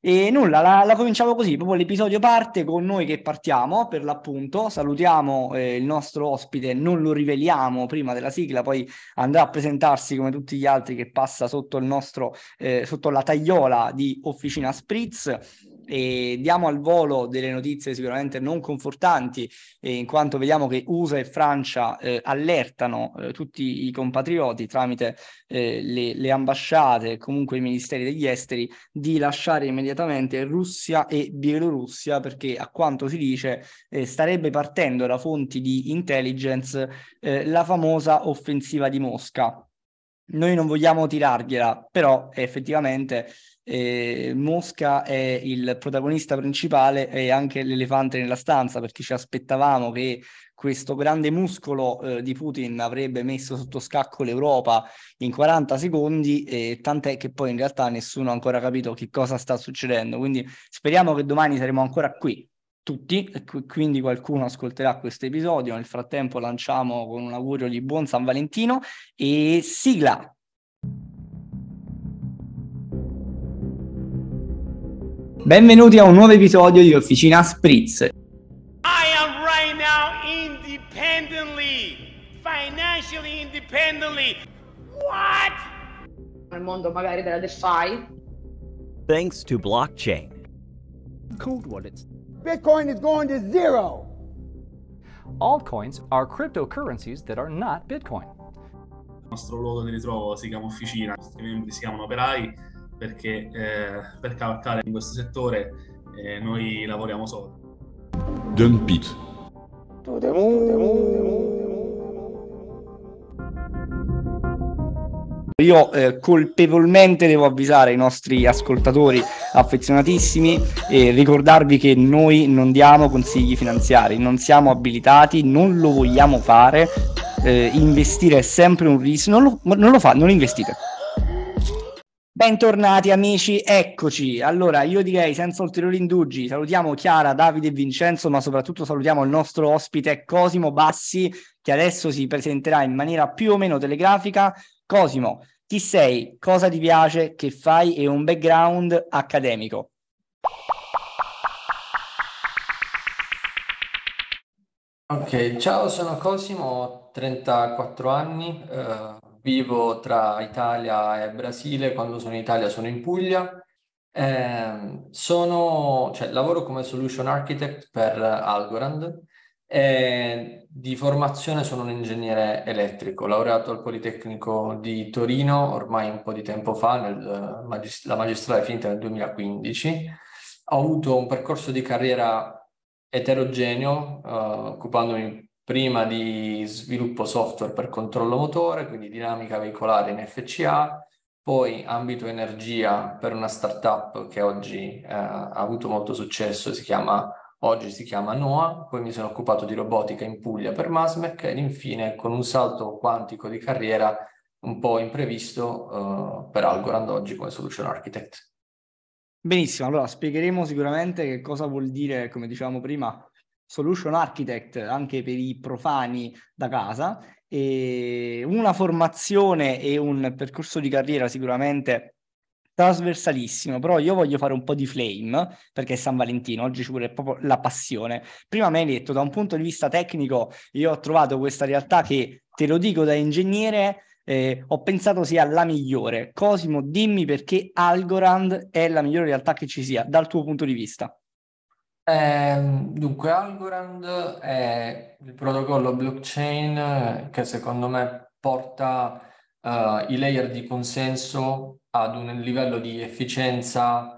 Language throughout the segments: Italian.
E nulla, la cominciamo così, proprio l'episodio parte con noi che partiamo, per l'appunto, salutiamo il nostro ospite, non lo riveliamo prima della sigla, poi andrà a presentarsi come tutti gli altri che passa sotto il nostro, sotto la tagliola di Officina Spritz. E diamo al volo delle notizie sicuramente non confortanti, in quanto vediamo che USA e Francia allertano tutti i compatrioti tramite le ambasciate e comunque i ministeri degli esteri di lasciare immediatamente Russia e Bielorussia, perché a quanto si dice starebbe partendo da fonti di intelligence la famosa offensiva di Mosca. Noi non vogliamo tirargliela, però effettivamente Mosca è il protagonista principale e anche l'elefante nella stanza, perché ci aspettavamo che questo grande muscolo di Putin avrebbe messo sotto scacco l'Europa in 40 secondi, tant'è che poi in realtà nessuno ha ancora capito che cosa sta succedendo. Quindi speriamo che domani saremo ancora qui tutti, e quindi qualcuno ascolterà questo episodio. Nel frattempo lanciamo con un augurio di buon San Valentino e sigla. Benvenuti a un nuovo episodio di Officina Spritz. I am right now independently, financially independently. What? Nel mondo magari della DeFi. Thanks to blockchain. Cold wallets. Bitcoin is going to zero. Altcoins are cryptocurrencies that are not Bitcoin. Il nostro luogo di ritrovo si chiama Officina, i nostri membri si chiamano operai perché per cavalcare in questo settore noi lavoriamo solo. Dump it. Io colpevolmente devo avvisare i nostri ascoltatori affezionatissimi e ricordarvi che noi non diamo consigli finanziari, non siamo abilitati, non lo vogliamo fare. Investire è sempre un rischio, non investite. Bentornati amici, eccoci. Allora io direi senza ulteriori indugi salutiamo Chiara, Davide e Vincenzo, ma soprattutto salutiamo il nostro ospite Cosimo Bassi, che adesso si presenterà in maniera più o meno telegrafica. Cosimo, chi sei? Cosa ti piace? Che fai? E un background accademico. Ok, ciao, sono Cosimo, ho 34 anni, vivo tra Italia e Brasile. Quando sono in Italia sono in Puglia. Lavoro come solution architect per Algorand e di formazione sono un ingegnere elettrico, laureato al Politecnico di Torino ormai un po' di tempo fa, la magistrale è finita nel 2015. Ho avuto un percorso di carriera eterogeneo, occupandomi prima di sviluppo software per controllo motore, quindi dinamica veicolare in FCA, poi ambito energia per una startup che oggi ha avuto molto successo, oggi si chiama NOA, poi mi sono occupato di robotica in Puglia per Masmec ed infine con un salto quantico di carriera un po' imprevisto per Algorand oggi come solution architect. Benissimo, allora spiegheremo sicuramente che cosa vuol dire, come dicevamo prima, solution architect anche per i profani da casa, e una formazione e un percorso di carriera sicuramente trasversalissimo. Però io voglio fare un po' di flame perché è San Valentino, oggi ci vuole proprio la passione. Prima mi hai detto da un punto di vista tecnico io ho trovato questa realtà che, te lo dico da ingegnere, ho pensato sia la migliore. Cosimo, dimmi perché Algorand è la migliore realtà che ci sia dal tuo punto di vista. Dunque, Algorand è il protocollo blockchain che secondo me porta i layer di consenso ad un livello di efficienza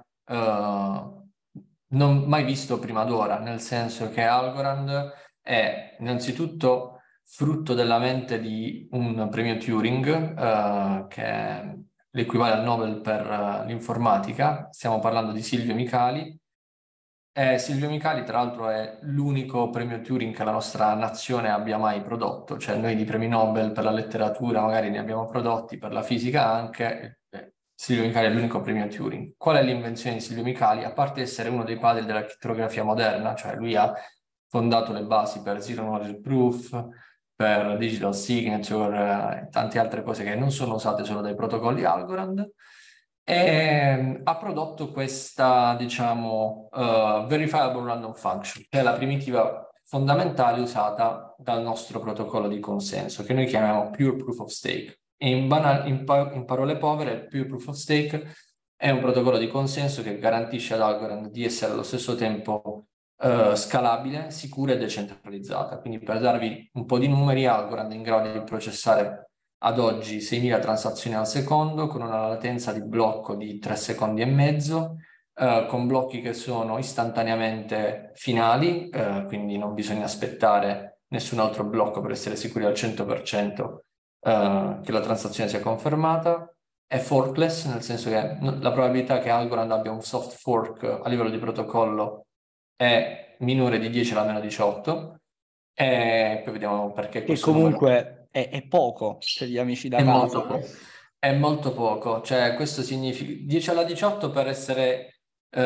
non mai visto prima d'ora, nel senso che Algorand è innanzitutto frutto della mente di un premio Turing, che è l'equivalente al Nobel per l'informatica. Stiamo parlando di Silvio Micali. Silvio Micali, tra l'altro, è l'unico premio Turing che la nostra nazione abbia mai prodotto, cioè noi di premi Nobel per la letteratura magari ne abbiamo prodotti, per la fisica anche. Silvio Micali è l'unico premio Turing. Qual è l'invenzione di Silvio Micali? A parte essere uno dei padri della crittografia moderna, cioè lui ha fondato le basi per Zero Knowledge Proof, per Digital Signature e tante altre cose che non sono usate solo dai protocolli Algorand. ha prodotto questa, diciamo, verifiable random function, che è la primitiva fondamentale usata dal nostro protocollo di consenso, che noi chiamiamo pure proof of stake. E in parole povere, il pure proof of stake è un protocollo di consenso che garantisce ad Algorand di essere allo stesso tempo scalabile, sicura e decentralizzata. Quindi, per darvi un po' di numeri, Algorand è in grado di processare ad oggi 6.000 transazioni al secondo con una latenza di blocco di 3 secondi e mezzo, con blocchi che sono istantaneamente finali, quindi non bisogna aspettare nessun altro blocco per essere sicuri al 100% che la transazione sia confermata. È forkless, nel senso che la probabilità che Algorand abbia un soft fork a livello di protocollo è minore di 10 alla meno 18, e poi vediamo perché questo comunque è poco per gli amici da è casa. molto poco. È molto poco, cioè questo significa 10 alla 18, per essere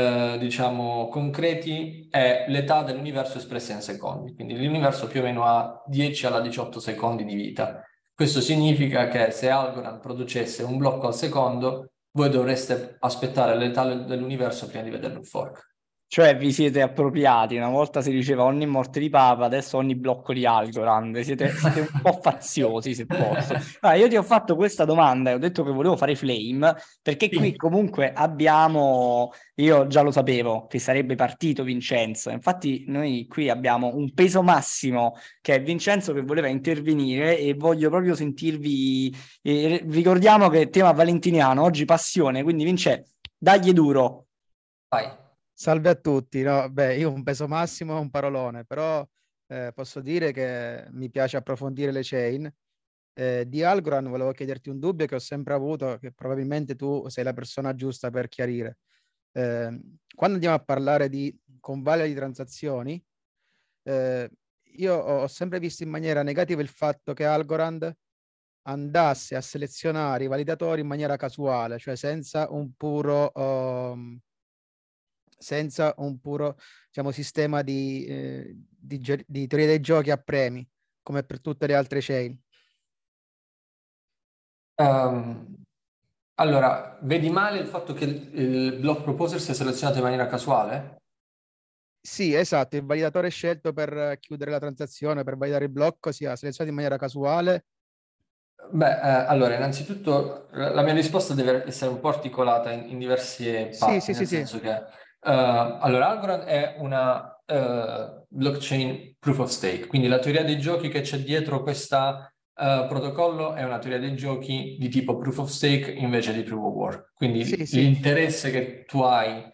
diciamo concreti, è l'età dell'universo espressa in secondi, quindi l'universo più o meno ha 10 alla 18 secondi di vita. Questo significa che se Algorand producesse un blocco al secondo, voi dovreste aspettare l'età dell'universo prima di vedere un fork. Cioè vi siete appropriati, una volta si diceva ogni morte di papa, adesso ogni blocco di Algorand, siete un po' faziosi, se posso. Allora, io ti ho fatto questa domanda e ho detto che volevo fare Flame, perché qui comunque abbiamo, io già lo sapevo che sarebbe partito Vincenzo, infatti noi qui abbiamo un peso massimo che è Vincenzo che voleva intervenire e voglio proprio sentirvi, ricordiamo che tema valentiniano, oggi passione, quindi Vince, dagli duro. Vai. Salve a tutti, no, beh, io un peso massimo è un parolone, però posso dire che mi piace approfondire le chain. Di Algorand volevo chiederti un dubbio che ho sempre avuto, che probabilmente tu sei la persona giusta per chiarire. Quando andiamo a parlare di convalida di transazioni, io ho sempre visto in maniera negativa il fatto che Algorand andasse a selezionare i validatori in maniera casuale, cioè senza un puro diciamo, sistema di teoria dei giochi a premi, come per tutte le altre chain. Allora, vedi male il fatto che il block proposer sia selezionato in maniera casuale? Sì, esatto, il validatore scelto per chiudere la transazione, per validare il blocco, sia selezionato in maniera casuale. Beh, allora, innanzitutto la mia risposta deve essere un po' articolata in diverse parti, nel senso che allora, Algorand è una blockchain proof of stake, quindi la teoria dei giochi che c'è dietro questo protocollo è una teoria dei giochi di tipo proof of stake invece di proof of work. Quindi l'interesse che tu hai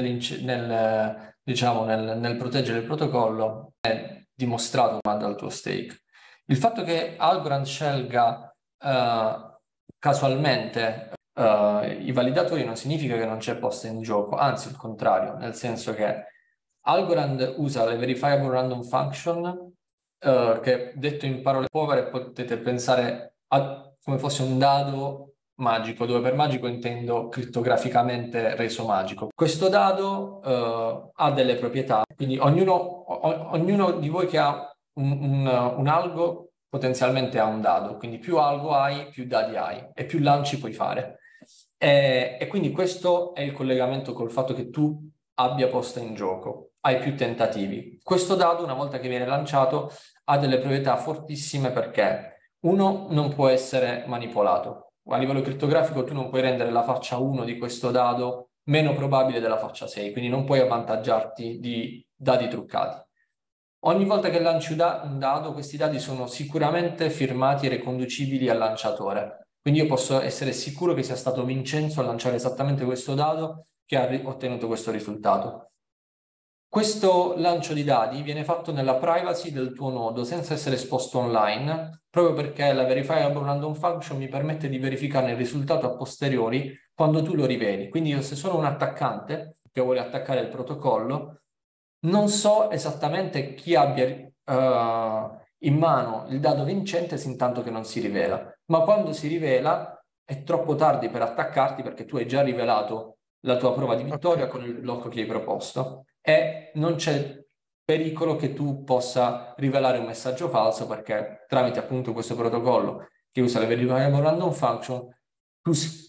nel proteggere il protocollo è dimostrato dal tuo stake. Il fatto che Algorand scelga casualmente i validatori non significa che non c'è posta in gioco, anzi il contrario, nel senso che Algorand usa le verifiable random function, che detto in parole povere potete pensare a come fosse un dado magico, dove per magico intendo crittograficamente reso magico. Questo dado ha delle proprietà, quindi ognuno di voi che ha un algo potenzialmente ha un dado, quindi più algo hai, più dadi hai e più lanci puoi fare. E quindi questo è il collegamento col fatto che tu abbia posta in gioco, hai più tentativi. Questo dado, una volta che viene lanciato, ha delle proprietà fortissime perché uno non può essere manipolato. A livello crittografico tu non puoi rendere la faccia 1 di questo dado meno probabile della faccia 6, quindi non puoi avvantaggiarti di dadi truccati. Ogni volta che lanci un dado, questi dadi sono sicuramente firmati e riconducibili al lanciatore. Quindi io posso essere sicuro che sia stato Vincenzo a lanciare esattamente questo dado che ha ottenuto questo risultato. Questo lancio di dadi viene fatto nella privacy del tuo nodo senza essere esposto online, proprio perché la verifiable random function mi permette di verificare il risultato a posteriori quando tu lo riveli. Quindi io, se sono un attaccante che vuole attaccare il protocollo, non so esattamente chi abbia in mano il dado vincente sintanto che non si rivela. Ma quando si rivela è troppo tardi per attaccarti perché tu hai già rivelato la tua prova di vittoria con il blocco che hai proposto e non c'è pericolo che tu possa rivelare un messaggio falso perché tramite appunto questo protocollo che usa le verifiable random function tu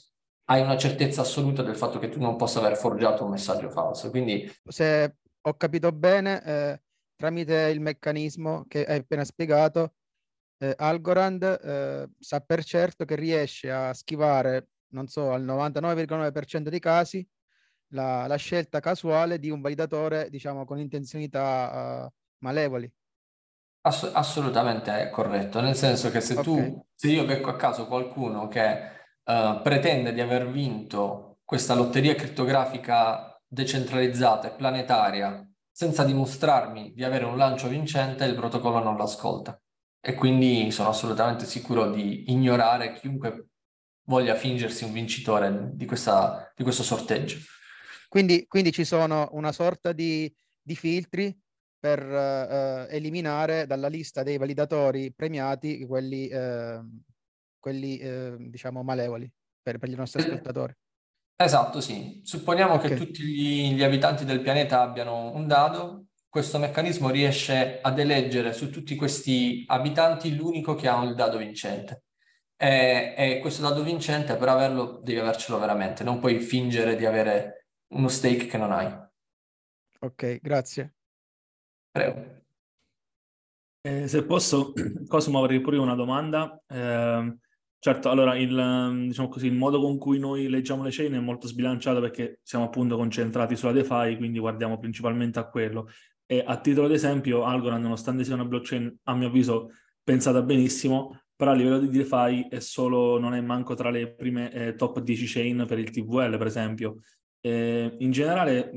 hai una certezza assoluta del fatto che tu non possa aver forgiato un messaggio falso. Quindi, se ho capito bene, tramite il meccanismo che hai appena spiegato, Algorand sa per certo che riesce a schivare, non so, al 99,9% dei casi la scelta casuale di un validatore, diciamo, con intenzionalità malevoli. assolutamente è corretto, nel senso che se io becco a caso qualcuno che pretende di aver vinto questa lotteria crittografica decentralizzata e planetaria senza dimostrarmi di avere un lancio vincente, il protocollo non l'ascolta. E quindi sono assolutamente sicuro di ignorare chiunque voglia fingersi un vincitore di questo sorteggio. Quindi ci sono una sorta di filtri per eliminare dalla lista dei validatori premiati quelli diciamo malevoli per i nostri ascoltatori. Esatto, sì. Supponiamo che tutti gli abitanti del pianeta abbiano un dado, questo meccanismo riesce ad eleggere su tutti questi abitanti l'unico che ha il dado vincente. E questo dado vincente, per averlo, devi avercelo veramente, non puoi fingere di avere uno stake che non hai. Ok, grazie. Prego. Se posso, Cosimo, avrei pure una domanda. Certo, allora diciamo così, il modo con cui noi leggiamo le chain è molto sbilanciato perché siamo appunto concentrati sulla DeFi, quindi guardiamo principalmente a quello. E a titolo d'esempio, Algorand, nonostante sia una blockchain, a mio avviso, pensata benissimo, però a livello di DeFi non è manco tra le prime top 10 chain per il TVL, per esempio. In generale,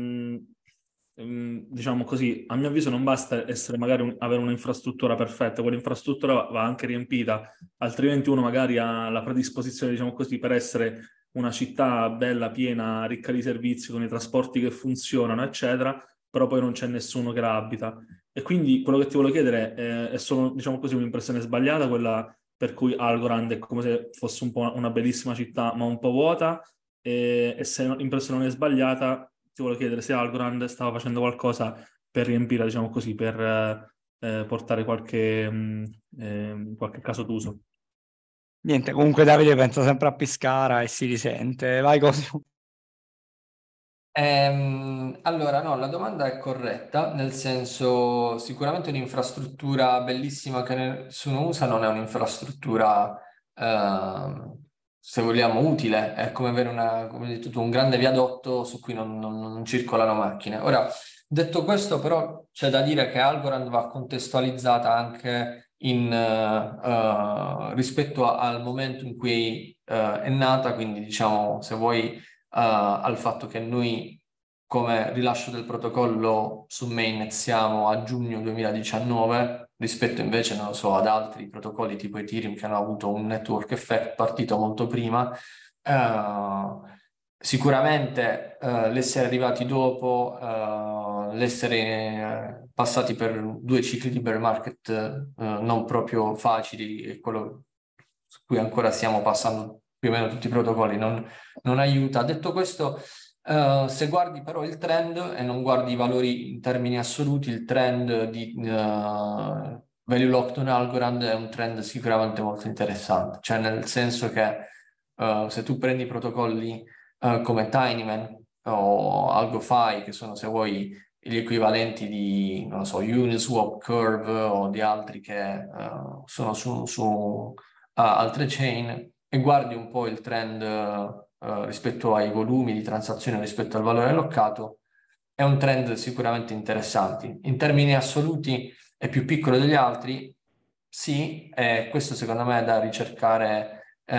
diciamo così, a mio avviso non basta essere magari avere un'infrastruttura perfetta, quell'infrastruttura va anche riempita, altrimenti uno magari ha la predisposizione, diciamo così, per essere una città bella, piena, ricca di servizi, con i trasporti che funzionano, eccetera, però poi non c'è nessuno che la abita. E quindi quello che ti volevo chiedere è solo, diciamo così, un'impressione sbagliata, quella per cui Algorand è come se fosse un po' una bellissima città, ma un po' vuota, e se l'impressione non è sbagliata, ti volevo chiedere se Algorand stava facendo qualcosa per riempire, diciamo così, per portare qualche caso d'uso. Niente, comunque Davide pensa sempre a Pescara e si risente. Vai Cosimo. Allora, no, la domanda è corretta, nel senso sicuramente un'infrastruttura bellissima che nessuno usa non è un'infrastruttura, se vogliamo, utile, è come avere come hai detto tu, un grande viadotto su cui non circolano macchine. Ora, detto questo, però, c'è da dire che Algorand va contestualizzata anche rispetto al momento in cui è nata, quindi diciamo, se vuoi, al fatto che noi come rilascio del protocollo su mainnet siamo a giugno 2019 rispetto invece, non lo so, ad altri protocolli tipo Ethereum che hanno avuto un network effect partito molto prima. Sicuramente l'essere arrivati dopo, l'essere passati per 2 cicli di bear market non proprio facili, e quello su cui ancora stiamo passando più o meno tutti i protocolli non aiuta. Detto questo, se guardi però il trend e non guardi i valori in termini assoluti, il trend di value locked on Algorand è un trend sicuramente molto interessante, cioè nel senso che se tu prendi protocolli come Tinyman o AlgoFi, che sono, se vuoi, gli equivalenti di, non lo so, Uniswap, Curve o di altri che sono su altre chain, e guardi un po' il trend rispetto ai volumi di transazione, rispetto al valore allocato, è un trend sicuramente interessante. In termini assoluti è più piccolo degli altri, sì, e questo secondo me è da ricercare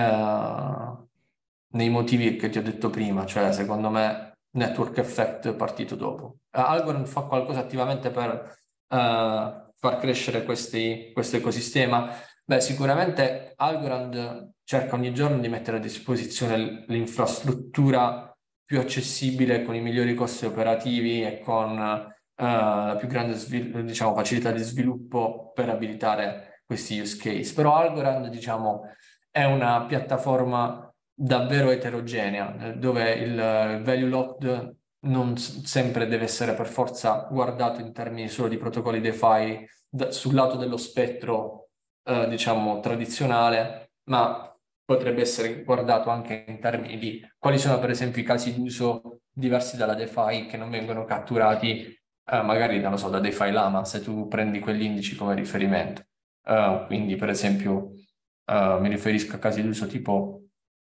nei motivi che ti ho detto prima, cioè secondo me network effect partito dopo. Algorand fa qualcosa attivamente per far crescere questo ecosistema. Beh, sicuramente Algorand cerca ogni giorno di mettere a disposizione l'infrastruttura più accessibile, con i migliori costi operativi e con la più grande diciamo, facilità di sviluppo per abilitare questi use case. Però Algorand, diciamo, è una piattaforma davvero eterogenea, dove il value locked non sempre deve essere per forza guardato in termini solo di protocolli DeFi sul lato dello spettro diciamo tradizionale, ma potrebbe essere guardato anche in termini di quali sono per esempio i casi d'uso diversi dalla DeFi che non vengono catturati magari, non lo so, da DeFi Lama, se tu prendi quegli indici come riferimento. Quindi per esempio mi riferisco a casi d'uso tipo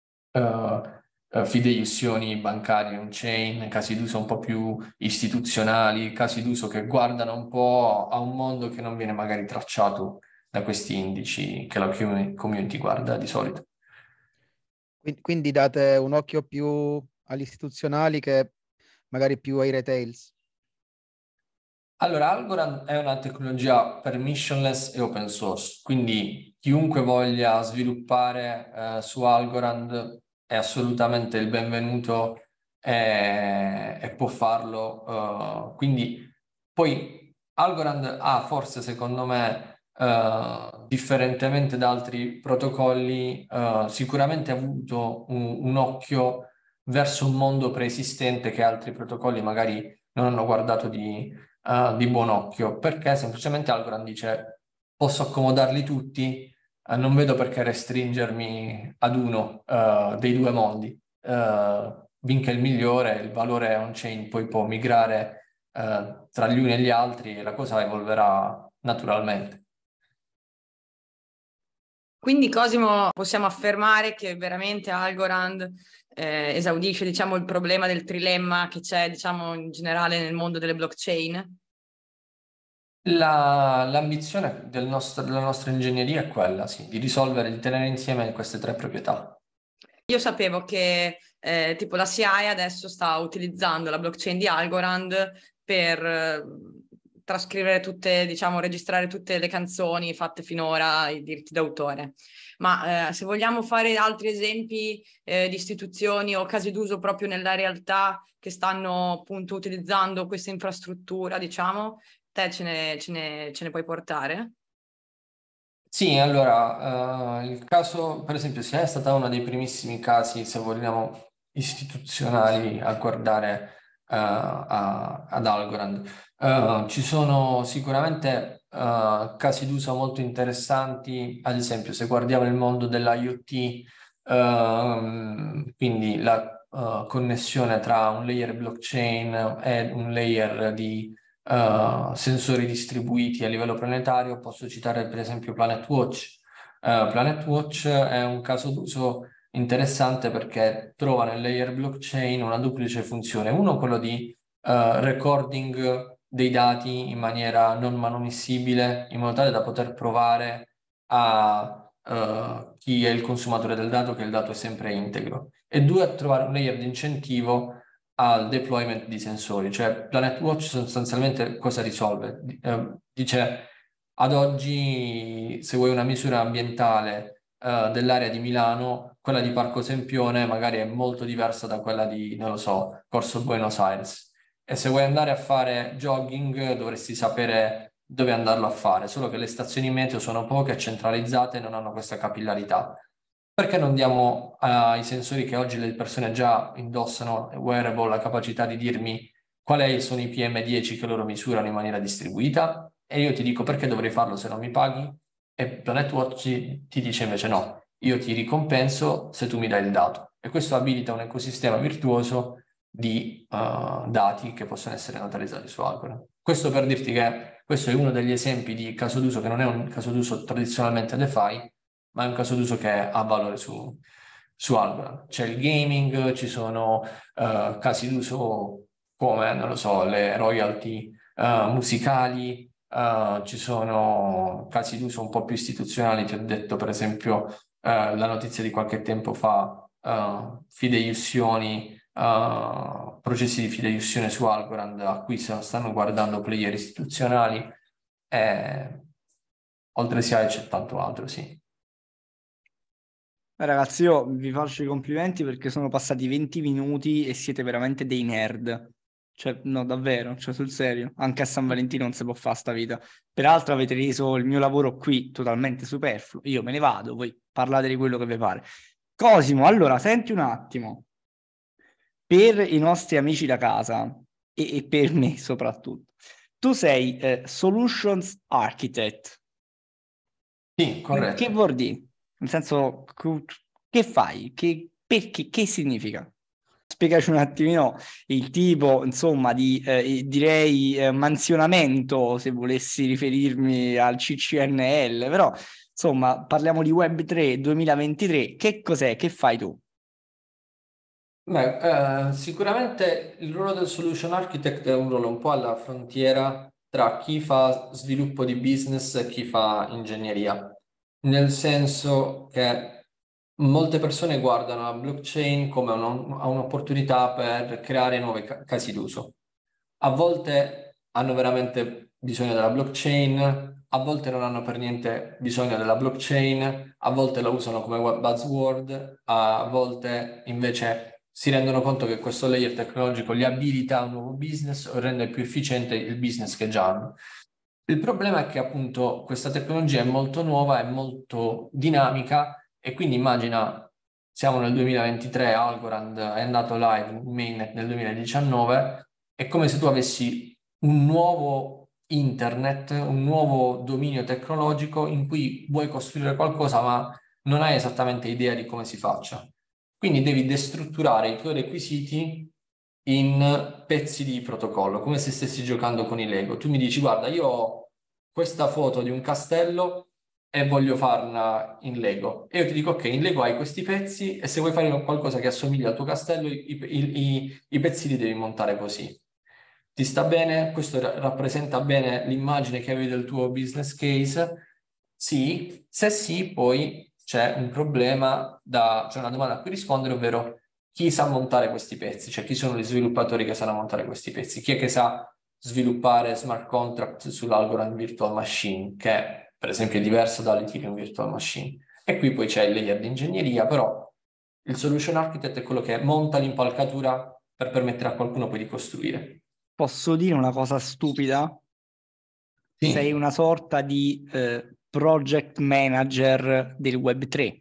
fideiussioni bancarie on-chain, casi d'uso un po' più istituzionali, casi d'uso che guardano un po' a un mondo che non viene magari tracciato da questi indici che la community guarda di solito. Quindi date un occhio più agli istituzionali che magari più ai retails. Allora, Algorand è una tecnologia permissionless e open source, quindi chiunque voglia sviluppare su Algorand è assolutamente il benvenuto e può farlo. Quindi poi Algorand ha forse, secondo me, differentemente da altri protocolli, sicuramente avuto un occhio verso un mondo preesistente che altri protocolli magari non hanno guardato di buon occhio, perché semplicemente Algorand dice posso accomodarli tutti, non vedo perché restringermi ad uno dei due mondi. Vinca il migliore, il valore on-chain poi può migrare tra gli uni e gli altri e la cosa evolverà naturalmente. Quindi Cosimo, possiamo affermare che veramente Algorand esaudisce, diciamo, il problema del trilemma che c'è, diciamo, in generale nel mondo delle blockchain? L'ambizione della nostra ingegneria è quella, sì, di risolvere, di tenere insieme queste tre proprietà. Io sapevo che tipo la CIA adesso sta utilizzando la blockchain di Algorand per trascrivere tutte, diciamo, registrare tutte le canzoni fatte finora ai diritti d'autore. Ma se vogliamo fare altri esempi di istituzioni o casi d'uso proprio nella realtà che stanno appunto utilizzando questa infrastruttura, diciamo, te ce ne puoi portare? Sì, allora, il caso, per esempio, SIA è stata uno dei primissimi casi, se vogliamo, istituzionali a guardare ad Algorand. Ci sono sicuramente casi d'uso molto interessanti, ad esempio, se guardiamo il mondo dell'IoT, quindi la connessione tra un layer blockchain e un layer di sensori distribuiti a livello planetario, posso citare per esempio PlanetWatch. PlanetWatch è un caso d'uso interessante perché trova nel layer blockchain una duplice funzione. Uno, quello di recording dei dati in maniera non manomissibile, in modo tale da poter provare a chi è il consumatore del dato che il dato è sempre integro. E due, trovare un layer di incentivo al deployment di sensori, cioè PlanetWatch sostanzialmente cosa risolve? Dice ad oggi se vuoi una misura ambientale dell'area di Milano, quella di Parco Sempione magari è molto diversa da quella di, non lo so, Corso Buenos Aires, e se vuoi andare a fare jogging dovresti sapere dove andarlo a fare, solo che le stazioni meteo sono poche, centralizzate e non hanno questa capillarità. Perché non diamo ai sensori che oggi le persone già indossano, wearable, la capacità di dirmi quali sono i PM10 che loro misurano in maniera distribuita? E io ti dico perché dovrei farlo se non mi paghi? E PlanetWatch ti dice invece no, io ti ricompenso se tu mi dai il dato. E questo abilita un ecosistema virtuoso di dati che possono essere notarizzati su Algorand. Questo per dirti che questo è uno degli esempi di caso d'uso che non è un caso d'uso tradizionalmente DeFi, ma è un caso d'uso che ha valore su Algorand. C'è il gaming, ci sono casi d'uso come, non lo so, le royalty musicali, ci sono casi d'uso un po' più istituzionali. Ti ho detto per esempio la notizia di qualche tempo fa, fideiussioni, processi di fideiussione su Algorand a cui stanno guardando player istituzionali, oltre sia c'è tanto altro, sì. Ragazzi, io vi faccio i complimenti perché sono passati 20 minuti e siete veramente dei nerd. Cioè, no, davvero, cioè sul serio. Anche a San Valentino non si può fare sta vita. Peraltro avete reso il mio lavoro qui totalmente superfluo. Io me ne vado, voi parlate di quello che vi pare. Cosimo, allora, senti un attimo. Per i nostri amici da casa e per me soprattutto, tu sei Solutions Architect. Sì, corretto. Che vuol dire? Nel senso, Che fai? Perché? Che significa? Spiegaci un attimino il tipo, insomma, di direi mansionamento, se volessi riferirmi al CCNL, però insomma parliamo di Web3 2023, che cos'è? Che fai tu? Beh, sicuramente il ruolo del solution architect è un ruolo un po' alla frontiera tra chi fa sviluppo di business e chi fa ingegneria, nel senso che molte persone guardano la blockchain come un'opportunità per creare nuovi casi d'uso. A volte hanno veramente bisogno della blockchain, a volte non hanno per niente bisogno della blockchain, a volte la usano come buzzword, a volte invece si rendono conto che questo layer tecnologico li abilita a un nuovo business o rende più efficiente il business che già hanno. Il problema è che appunto questa tecnologia è molto nuova, è molto dinamica e quindi immagina, siamo nel 2023, Algorand è andato live in mainnet nel 2019, è come se tu avessi un nuovo internet, un nuovo dominio tecnologico in cui vuoi costruire qualcosa ma non hai esattamente idea di come si faccia. Quindi devi destrutturare i tuoi requisiti in pezzi di protocollo, come se stessi giocando con i Lego. Tu mi dici, guarda, io ho questa foto di un castello e voglio farla in Lego. E io ti dico, ok, in Lego hai questi pezzi e se vuoi fare qualcosa che assomiglia al tuo castello, i pezzi li devi montare così. Ti sta bene? Questo rappresenta bene l'immagine che avevi del tuo business case? Sì. Se sì, poi c'è un problema, c'è una domanda a cui rispondere, ovvero chi sa montare questi pezzi, cioè chi sono gli sviluppatori che sanno montare questi pezzi, chi è che sa sviluppare smart contract sull'Algorand Virtual Machine, che per esempio è diverso dall'Ethereum Virtual Machine. E qui poi c'è il layer di ingegneria, però il solution architect è quello che monta l'impalcatura per permettere a qualcuno poi di costruire. Posso dire una cosa stupida? Sì. Sei una sorta di project manager del Web3.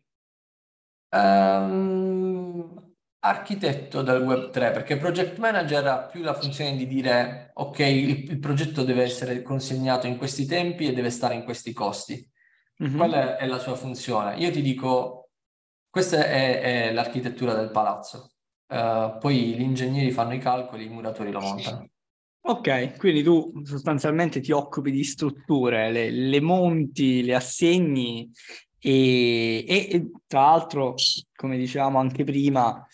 Architetto del Web3, perché project manager ha più la funzione di dire ok, il progetto deve essere consegnato in questi tempi e deve stare in questi costi. Quella è la sua funzione. Io ti dico, questa è l'architettura del palazzo. Poi gli ingegneri fanno i calcoli, i muratori lo montano. Ok, quindi tu sostanzialmente ti occupi di strutture, le monti, le assegni e tra l'altro, come dicevamo anche prima,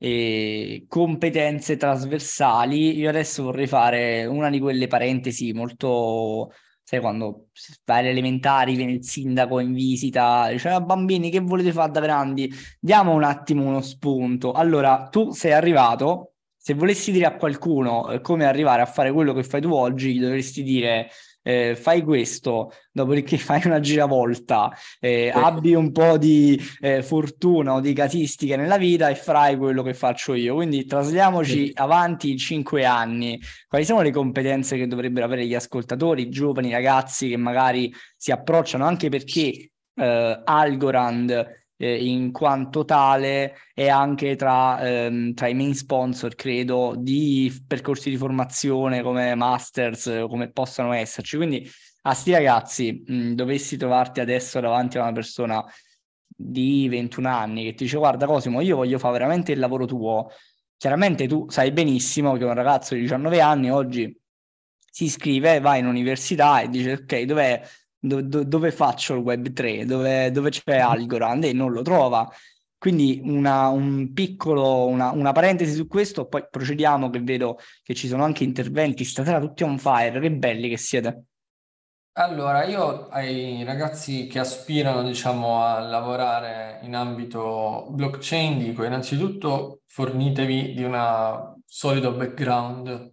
competenze trasversali. Io adesso vorrei fare una di quelle parentesi molto, sai, quando vai alle elementari, viene il sindaco in visita, dice: "Ah, bambini, che volete fare da grandi? Diamo un attimo uno spunto." Allora, tu sei arrivato. Se volessi dire a qualcuno come arrivare a fare quello che fai tu oggi, gli dovresti dire fai questo, dopodiché fai una giravolta, abbi un po' di fortuna o di casistica nella vita e farai quello che faccio io. Quindi trasliamoci avanti 5 anni. Quali sono le competenze che dovrebbero avere gli ascoltatori, giovani ragazzi che magari si approcciano, anche perché Algorand in quanto tale è anche tra i main sponsor, credo, di percorsi di formazione come masters, come possano esserci. Quindi a sti ragazzi, dovessi trovarti adesso davanti a una persona di 21 anni che ti dice: guarda Cosimo, io voglio fare veramente il lavoro tuo. Chiaramente tu sai benissimo che un ragazzo di 19 anni oggi si iscrive, va in università e dice: ok, dove faccio il Web3, dove c'è Algorand, e non lo trova. Quindi una parentesi su questo, poi procediamo, che vedo che ci sono anche interventi stasera tutti on fire, che belli che siete. Allora, io ai ragazzi che aspirano, diciamo, a lavorare in ambito blockchain dico innanzitutto fornitevi di un solido background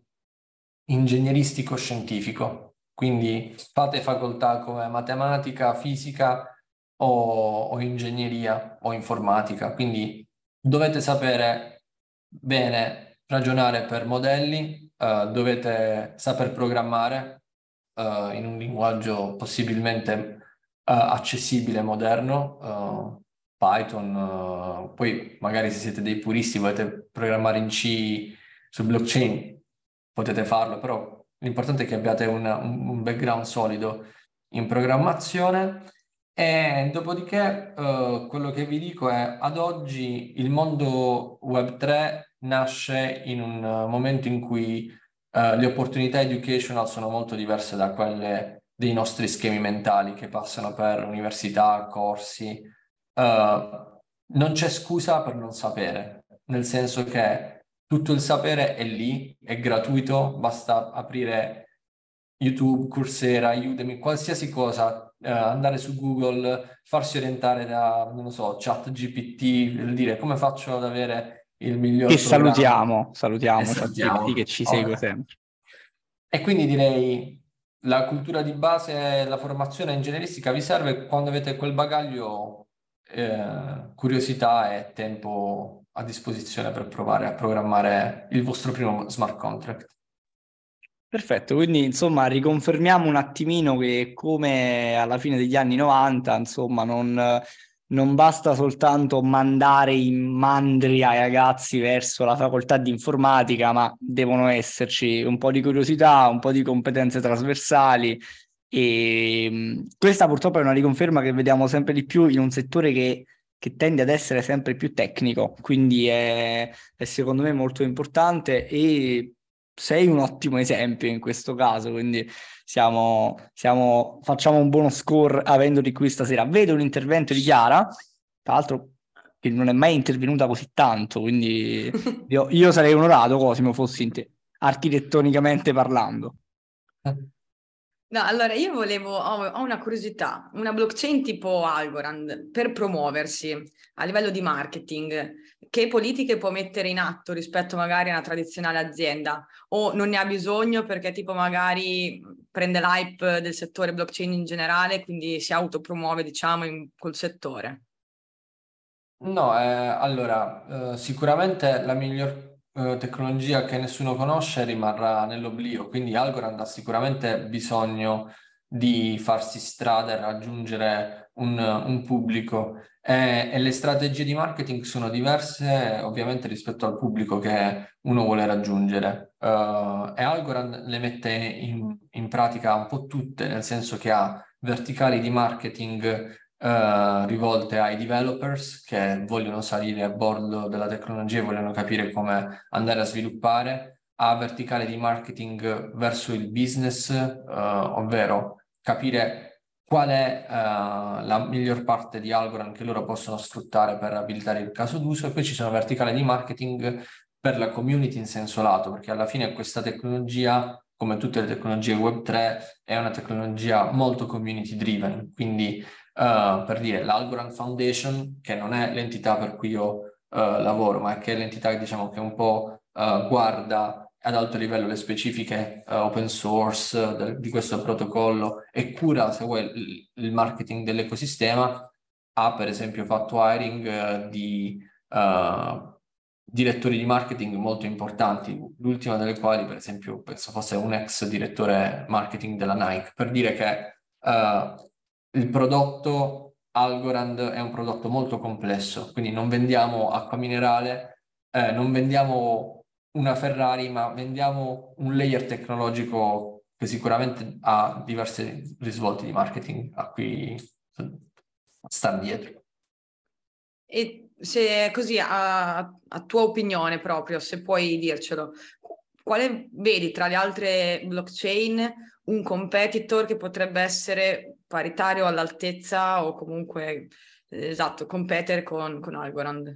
ingegneristico-scientifico, quindi fate facoltà come matematica, fisica o ingegneria o informatica, quindi dovete sapere bene ragionare per modelli, dovete saper programmare in un linguaggio possibilmente accessibile, moderno, Python, poi magari se siete dei puristi volete programmare in C su blockchain, potete farlo, però l'importante è che abbiate un background solido in programmazione E dopodiché quello che vi dico è, ad oggi il mondo Web3 nasce in un momento in cui le opportunità educational sono molto diverse da quelle dei nostri schemi mentali che passano per università, corsi. Non c'è scusa per non sapere, nel senso che tutto il sapere è lì, è gratuito, basta aprire YouTube, Coursera, Udemy, qualsiasi cosa, andare su Google, farsi orientare da, non lo so, ChatGPT, per dire come faccio ad avere il miglior E programma. salutiamo E ChatGPT che ci segue sempre. E quindi direi la cultura di base, la formazione ingegneristica vi serve quando avete quel bagaglio, curiosità e tempo a disposizione per provare a programmare il vostro primo smart contract. Perfetto, quindi insomma riconfermiamo un attimino che come alla fine degli anni 90, insomma, non basta soltanto mandare i mandri ai ragazzi verso la facoltà di informatica, ma devono esserci un po' di curiosità, un po' di competenze trasversali e questa purtroppo è una riconferma che vediamo sempre di più in un settore che tende ad essere sempre più tecnico, quindi è secondo me molto importante e sei un ottimo esempio in questo caso, quindi facciamo un buono score avendoli qui stasera. Vedo un intervento di Chiara, tra l'altro che non è mai intervenuta così tanto, quindi io sarei onorato, Cosimo, fossi in te, architettonicamente parlando. No, allora io ho una curiosità, una blockchain tipo Algorand per promuoversi a livello di marketing, che politiche può mettere in atto rispetto magari a una tradizionale azienda o non ne ha bisogno perché tipo magari prende l'hype del settore blockchain in generale, quindi si autopromuove diciamo col settore? No, allora, sicuramente la miglior tecnologia che nessuno conosce rimarrà nell'oblio, quindi Algorand ha sicuramente bisogno di farsi strada e raggiungere un pubblico e le strategie di marketing sono diverse ovviamente rispetto al pubblico che uno vuole raggiungere. E Algorand le mette in pratica un po' tutte, nel senso che ha verticali di marketing rivolte ai developers che vogliono salire a bordo della tecnologia e vogliono capire come andare a sviluppare, a verticale di marketing verso il business, ovvero capire qual è la miglior parte di Algorand che loro possono sfruttare per abilitare il caso d'uso, e poi ci sono verticali di marketing per la community in senso lato, perché alla fine questa tecnologia, come tutte le tecnologie Web3, è una tecnologia molto community driven, quindi per dire l'Algorand Foundation, che non è l'entità per cui io lavoro, ma che è l'entità diciamo che un po' guarda ad alto livello le specifiche open source di questo protocollo e cura, se vuoi, il marketing dell'ecosistema, ha per esempio fatto hiring di direttori di marketing molto importanti, l'ultima delle quali per esempio penso fosse un ex direttore marketing della Nike, per dire che il prodotto Algorand è un prodotto molto complesso, quindi non vendiamo acqua minerale, non vendiamo una Ferrari, ma vendiamo un layer tecnologico che sicuramente ha diversi risvolti di marketing a cui sta dietro. E se così, a tua opinione proprio, se puoi dircelo, quale vedi tra le altre blockchain un competitor che potrebbe essere paritario all'altezza o comunque, esatto, competere con Algorand?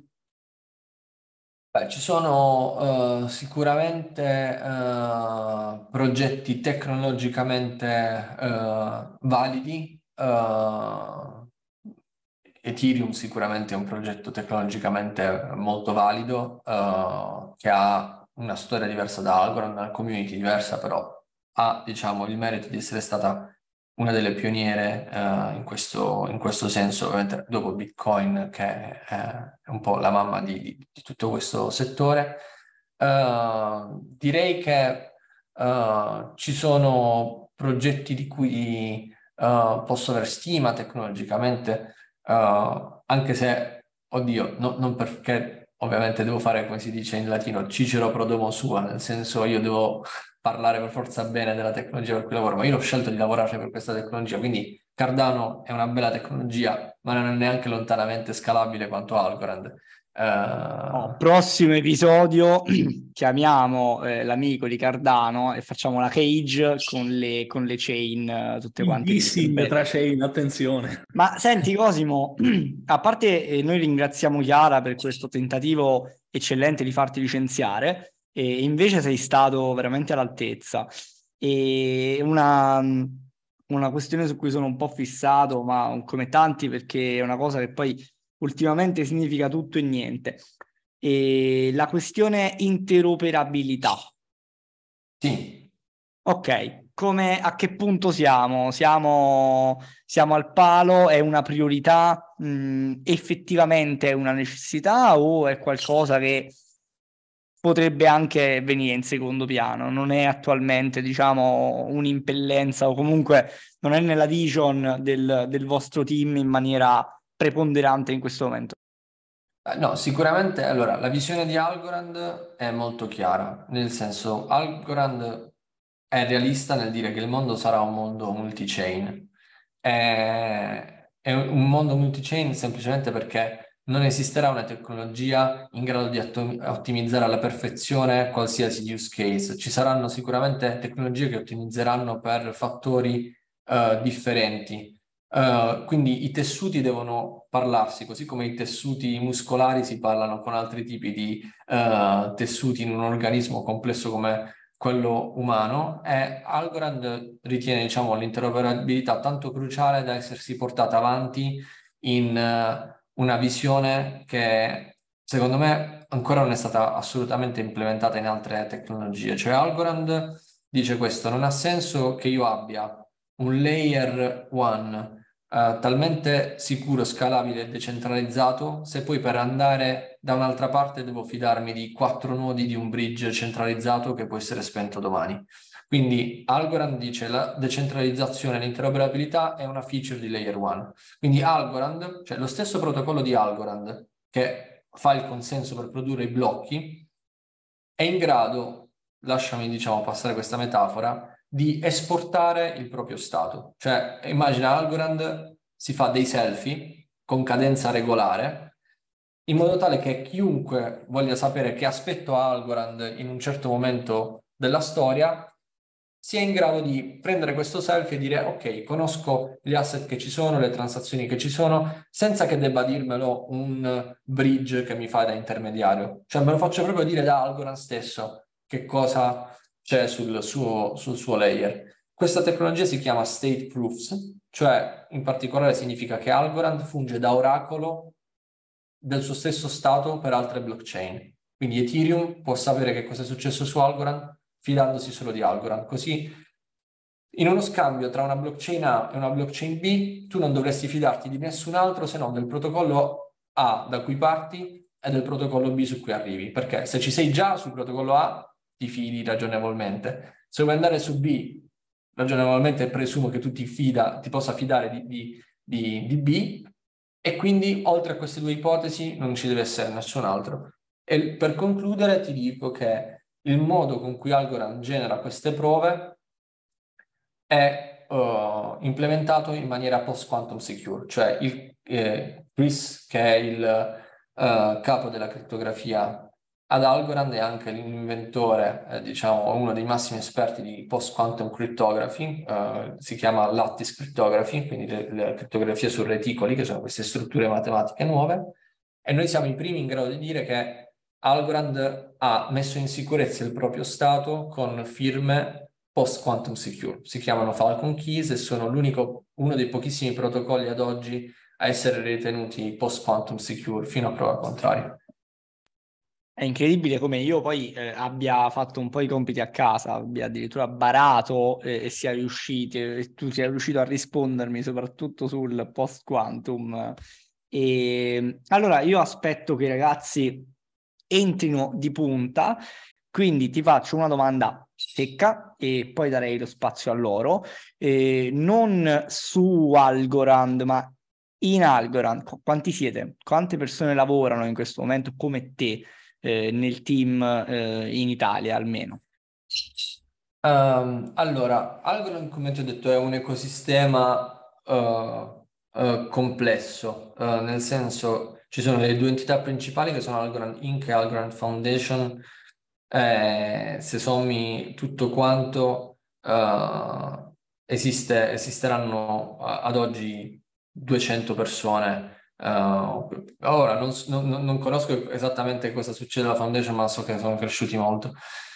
Beh, ci sono sicuramente progetti tecnologicamente validi. Ethereum sicuramente è un progetto tecnologicamente molto valido, che ha una storia diversa da Algorand, una community diversa, però ha, diciamo, il merito di essere stata una delle pioniere in questo senso, ovviamente dopo Bitcoin, che è un po' la mamma di tutto questo settore. Direi che ci sono progetti di cui posso avere stima tecnologicamente, anche se, oddio, non perché ovviamente devo fare, come si dice in latino, Cicero pro domo sua, nel senso io devo parlare per forza bene della tecnologia per cui lavoro, ma io ho scelto di lavorare per questa tecnologia, quindi Cardano è una bella tecnologia, ma non è neanche lontanamente scalabile quanto Algorand. Prossimo episodio chiamiamo l'amico di Cardano e facciamo la cage con le chain tutte quante. Dissing tra chain, attenzione. Ma senti Cosimo, a parte noi ringraziamo Chiara per questo tentativo eccellente di farti licenziare, e invece sei stato veramente all'altezza. E una questione su cui sono un po' fissato, ma come tanti, perché è una cosa che poi ultimamente significa tutto e niente. E la questione interoperabilità. Sì. Ok, a che punto siamo? Siamo al palo? È una priorità? Effettivamente è una necessità o è qualcosa che potrebbe anche venire in secondo piano? Non è attualmente, diciamo, un'impellenza, o comunque non è nella vision del vostro team in maniera preponderante in questo momento? No, sicuramente, allora, la visione di Algorand è molto chiara, nel senso, Algorand è realista nel dire che il mondo sarà un mondo multi-chain. È un mondo multi-chain semplicemente perché non esisterà una tecnologia in grado di ottimizzare alla perfezione qualsiasi use case. Ci saranno sicuramente tecnologie che ottimizzeranno per fattori differenti. Quindi i tessuti devono parlarsi, così come i tessuti muscolari si parlano con altri tipi di tessuti in un organismo complesso come quello umano, e Algorand ritiene, diciamo, l'interoperabilità tanto cruciale da essersi portata avanti in una visione che secondo me ancora non è stata assolutamente implementata in altre tecnologie. Cioè Algorand dice questo: non ha senso che io abbia un layer 1 talmente sicuro, scalabile e decentralizzato, se poi per andare da un'altra parte devo fidarmi di 4 nodi di un bridge centralizzato che può essere spento domani. Quindi Algorand dice la decentralizzazione e l'interoperabilità è una feature di layer 1. Quindi Algorand, cioè lo stesso protocollo di Algorand che fa il consenso per produrre i blocchi, è in grado, lasciami diciamo passare questa metafora, di esportare il proprio stato. Cioè, immagina Algorand si fa dei selfie con cadenza regolare, in modo tale che chiunque voglia sapere che aspetto ha Algorand in un certo momento della storia sia in grado di prendere questo selfie e dire ok, conosco gli asset che ci sono, le transazioni che ci sono, senza che debba dirmelo un bridge che mi fa da intermediario. Cioè me lo faccio proprio dire da Algorand stesso che cosa c'è sul suo layer. Questa tecnologia si chiama State Proofs, cioè in particolare significa che Algorand funge da oracolo del suo stesso stato per altre blockchain. Quindi Ethereum può sapere che cosa è successo su Algorand fidandosi solo di Algorand. Così in uno scambio tra una blockchain A e una blockchain B tu non dovresti fidarti di nessun altro se non del protocollo A da cui parti e del protocollo B su cui arrivi, perché se ci sei già sul protocollo A ti fidi ragionevolmente. Se vuoi andare su B, ragionevolmente presumo che tu ti possa fidare di B, e quindi oltre a queste due ipotesi non ci deve essere nessun altro. E per concludere ti dico che il modo con cui Algorand genera queste prove è implementato in maniera post-quantum secure, cioè Chris, che è il capo della crittografia ad Algorand, è anche l'inventore, diciamo, uno dei massimi esperti di post-quantum cryptography, si chiama lattice cryptography, quindi le crittografie su reticoli, che sono queste strutture matematiche nuove, e noi siamo i primi in grado di dire che Algorand ha messo in sicurezza il proprio stato con firme post-quantum secure. Si chiamano Falcon Keys e sono uno dei pochissimi protocolli ad oggi a essere ritenuti post-quantum secure fino a prova contraria. È incredibile come io poi abbia fatto un po' i compiti a casa, abbia addirittura barato e sia riuscito, e tu sia riuscito a rispondermi soprattutto sul post-quantum. E allora io aspetto che i ragazzi entrino di punta, quindi ti faccio una domanda secca e poi darei lo spazio a loro, non su Algorand ma in Algorand. Quanti siete? Quante persone lavorano in questo momento come te nel team in Italia almeno? Allora, Algorand, come ti ho detto, è un ecosistema complesso, nel senso ci sono le due entità principali che sono Algorand Inc. e Algorand Foundation. Se sommi tutto quanto, esisteranno ad oggi 200 persone. Ora non conosco esattamente cosa succede alla Foundation, ma so che sono cresciuti molto.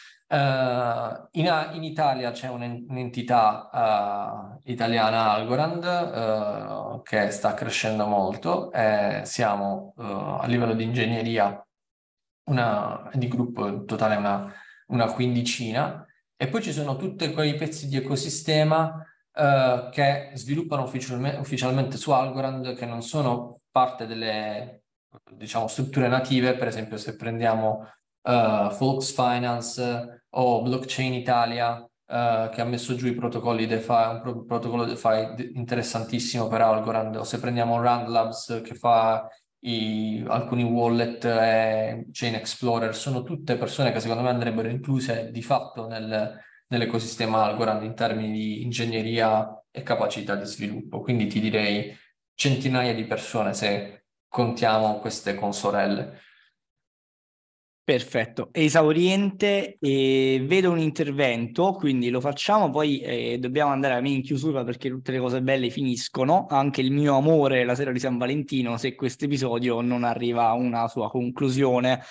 In Italia c'è un'entità italiana, Algorand, che sta crescendo molto. Siamo a livello di ingegneria di gruppo in totale una quindicina, e poi ci sono tutti quei pezzi di ecosistema che sviluppano ufficialmente su Algorand, che non sono parte delle, diciamo, strutture native. Per esempio, se prendiamo Volks Finance o Blockchain Italia, che ha messo giù i protocolli DeFi, un protocollo DeFi interessantissimo per Algorand, o se prendiamo Rand Labs che fa alcuni wallet e Chain Explorer, sono tutte persone che secondo me andrebbero incluse di fatto nell'ecosistema Algorand in termini di ingegneria e capacità di sviluppo. Quindi ti direi centinaia di persone se contiamo queste consorelle. Perfetto, esauriente, e vedo un intervento, quindi lo facciamo, poi dobbiamo andare in chiusura perché tutte le cose belle finiscono, anche il mio amore la sera di San Valentino, se questo episodio non arriva a una sua conclusione.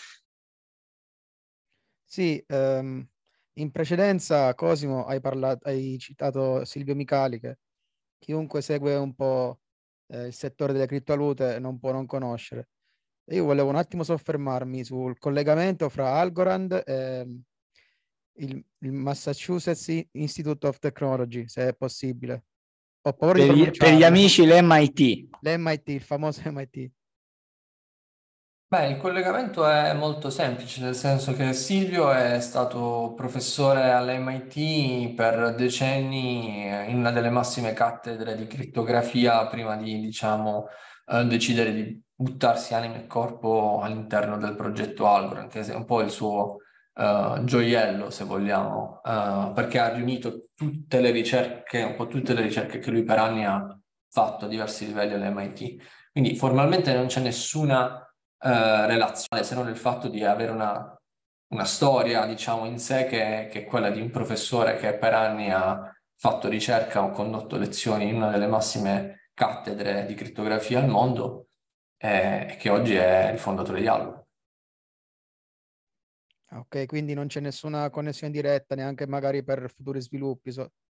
Sì, in precedenza, Cosimo, hai citato Silvio Micali, che chiunque segue un po' il settore delle criptovalute non può non conoscere. Io volevo un attimo soffermarmi sul collegamento fra Algorand e il Massachusetts Institute of Technology, se è possibile. Ho paura di Per pronunciarlo. gli amici l'MIT. L'MIT, il famoso MIT. Beh, il collegamento è molto semplice, nel senso che Silvio è stato professore all'MIT per decenni in una delle massime cattedre di crittografia prima di, diciamo, decidere di buttarsi anima e corpo all'interno del progetto Algorand, che è un po' il suo gioiello, se vogliamo, perché ha riunito tutte le ricerche, un po' tutte le ricerche che lui per anni ha fatto a diversi livelli all'MIT. Quindi formalmente non c'è nessuna relazione, se non il fatto di avere una storia, diciamo, in sé che è quella di un professore che per anni ha fatto ricerca o condotto lezioni in una delle massime cattedre di crittografia al mondo, e che oggi è il fondatore di Algorand. Ok, quindi non c'è nessuna connessione diretta, neanche magari per futuri sviluppi.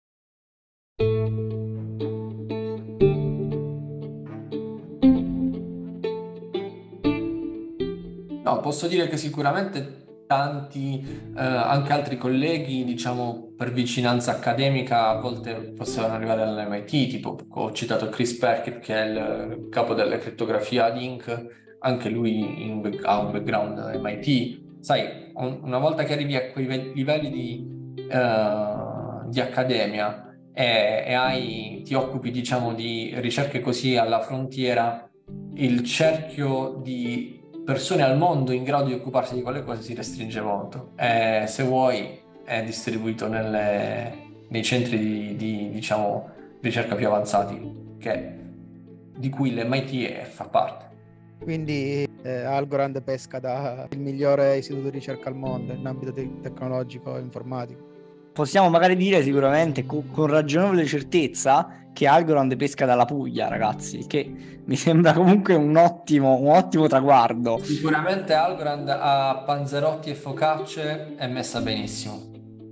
No, posso dire che sicuramente tanti, anche altri colleghi, diciamo, per vicinanza accademica, a volte possono arrivare all'MIT, tipo ho citato Chris Perkett, che è il capo della crittografia ad Inc., anche lui ha un background MIT. Sai, una volta che arrivi a quei livelli di accademia e ti occupi, diciamo, di ricerche così alla frontiera, il cerchio di persone al mondo in grado di occuparsi di quelle cose si restringe molto. Se vuoi è distribuito nei centri di diciamo, ricerca più avanzati, di cui l'MIT fa parte. Quindi Algorand pesca da il migliore istituto di ricerca al mondo in ambito tecnologico e informatico. Possiamo magari dire sicuramente con ragionevole certezza che Algorand pesca dalla Puglia, ragazzi, che mi sembra comunque un ottimo traguardo. Sicuramente Algorand a Panzerotti e focacce è messa benissimo.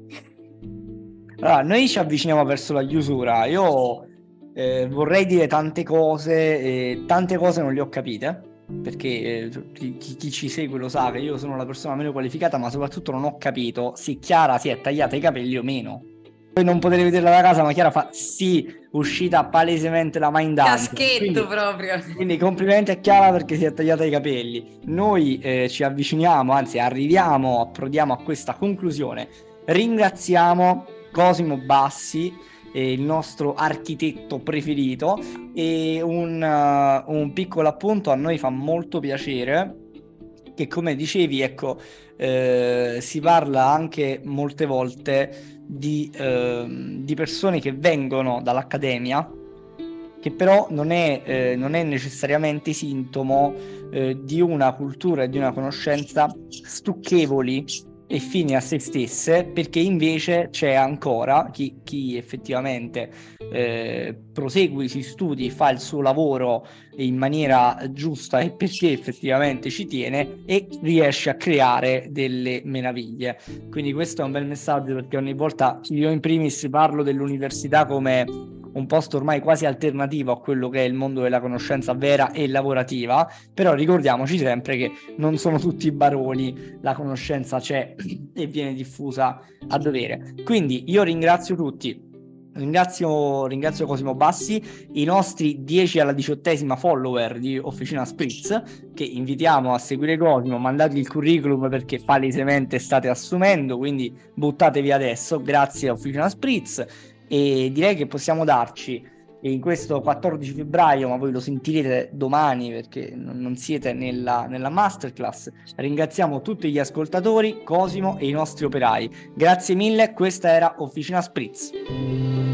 Allora, noi ci avviciniamo verso la chiusura. Io vorrei dire tante cose non le ho capite, perché chi ci segue lo sa che io sono la persona meno qualificata, ma soprattutto non ho capito se Chiara si è tagliata i capelli o meno. Voi non potete vederla da casa, ma Chiara fa sì, uscita palesemente la mind dance. Caschetto proprio. Quindi complimenti a Chiara perché si è tagliata i capelli. Noi ci avviciniamo, anzi approdiamo a questa conclusione. Ringraziamo Cosimo Bassi, il nostro architetto preferito, e un piccolo appunto: a noi fa molto piacere che, come dicevi, ecco, si parla anche molte volte di persone che vengono dall'accademia che però non è necessariamente sintomo di una cultura e di una conoscenza stucchevoli e fini a se stesse, perché invece c'è ancora chi effettivamente prosegue i suoi studi, fa il suo lavoro in maniera giusta e perché effettivamente ci tiene e riesce a creare delle meraviglie. Quindi questo è un bel messaggio, perché ogni volta io in primis parlo dell'università come un posto ormai quasi alternativo a quello che è il mondo della conoscenza vera e lavorativa, però ricordiamoci sempre che non sono tutti baroni, la conoscenza c'è e viene diffusa a dovere. Quindi io ringrazio tutti. Ringrazio Cosimo Bassi, i nostri 10 alla 18ª follower di Officina Spritz, che invitiamo a seguire Cosimo, mandate il curriculum perché palesemente state assumendo, quindi buttatevi adesso, grazie a Officina Spritz, e direi che possiamo darci in questo 14 febbraio, ma voi lo sentirete domani perché non siete nella masterclass. Ringraziamo tutti gli ascoltatori, Cosimo e i nostri operai. Grazie mille, questa era Officina Spritz.